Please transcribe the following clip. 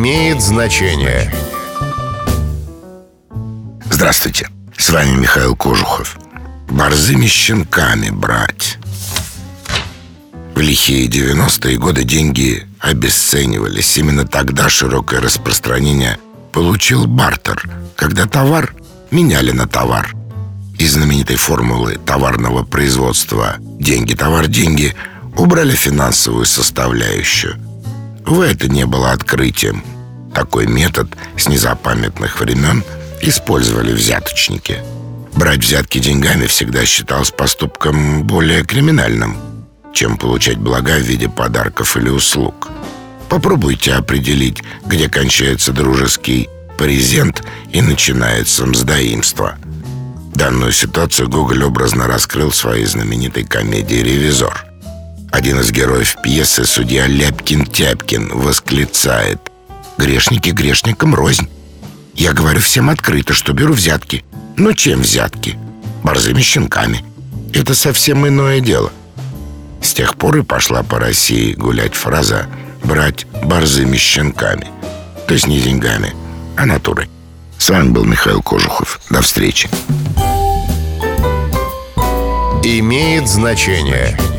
Имеет значение. Здравствуйте, с вами Михаил Кожухов. Борзыми щенками брать. В лихие 90-е годы деньги обесценивались. Именно тогда широкое распространение получил бартер, когда товар меняли на товар. Из знаменитой формулы товарного производства «деньги, товар, деньги» убрали финансовую составляющую. Это не было открытием. Такой метод с незапамятных времен использовали взяточники. Брать взятки деньгами всегда считалось поступком более криминальным, чем получать блага в виде подарков или услуг. Попробуйте определить, где кончается дружеский презент и начинается мздоимство. Данную ситуацию Гоголь образно раскрыл в своей знаменитой комедии «Ревизор». Один из героев пьесы, судья Ляпкин-Тяпкин, восклицает: «Грешники грешникам рознь. Я говорю всем открыто, что беру взятки. Но чем взятки? Борзыми щенками. Это совсем иное дело». С тех пор и пошла по России гулять фраза «брать борзыми щенками». То есть не деньгами, а натурой. С вами был Михаил Кожухов. До встречи. Имеет значение.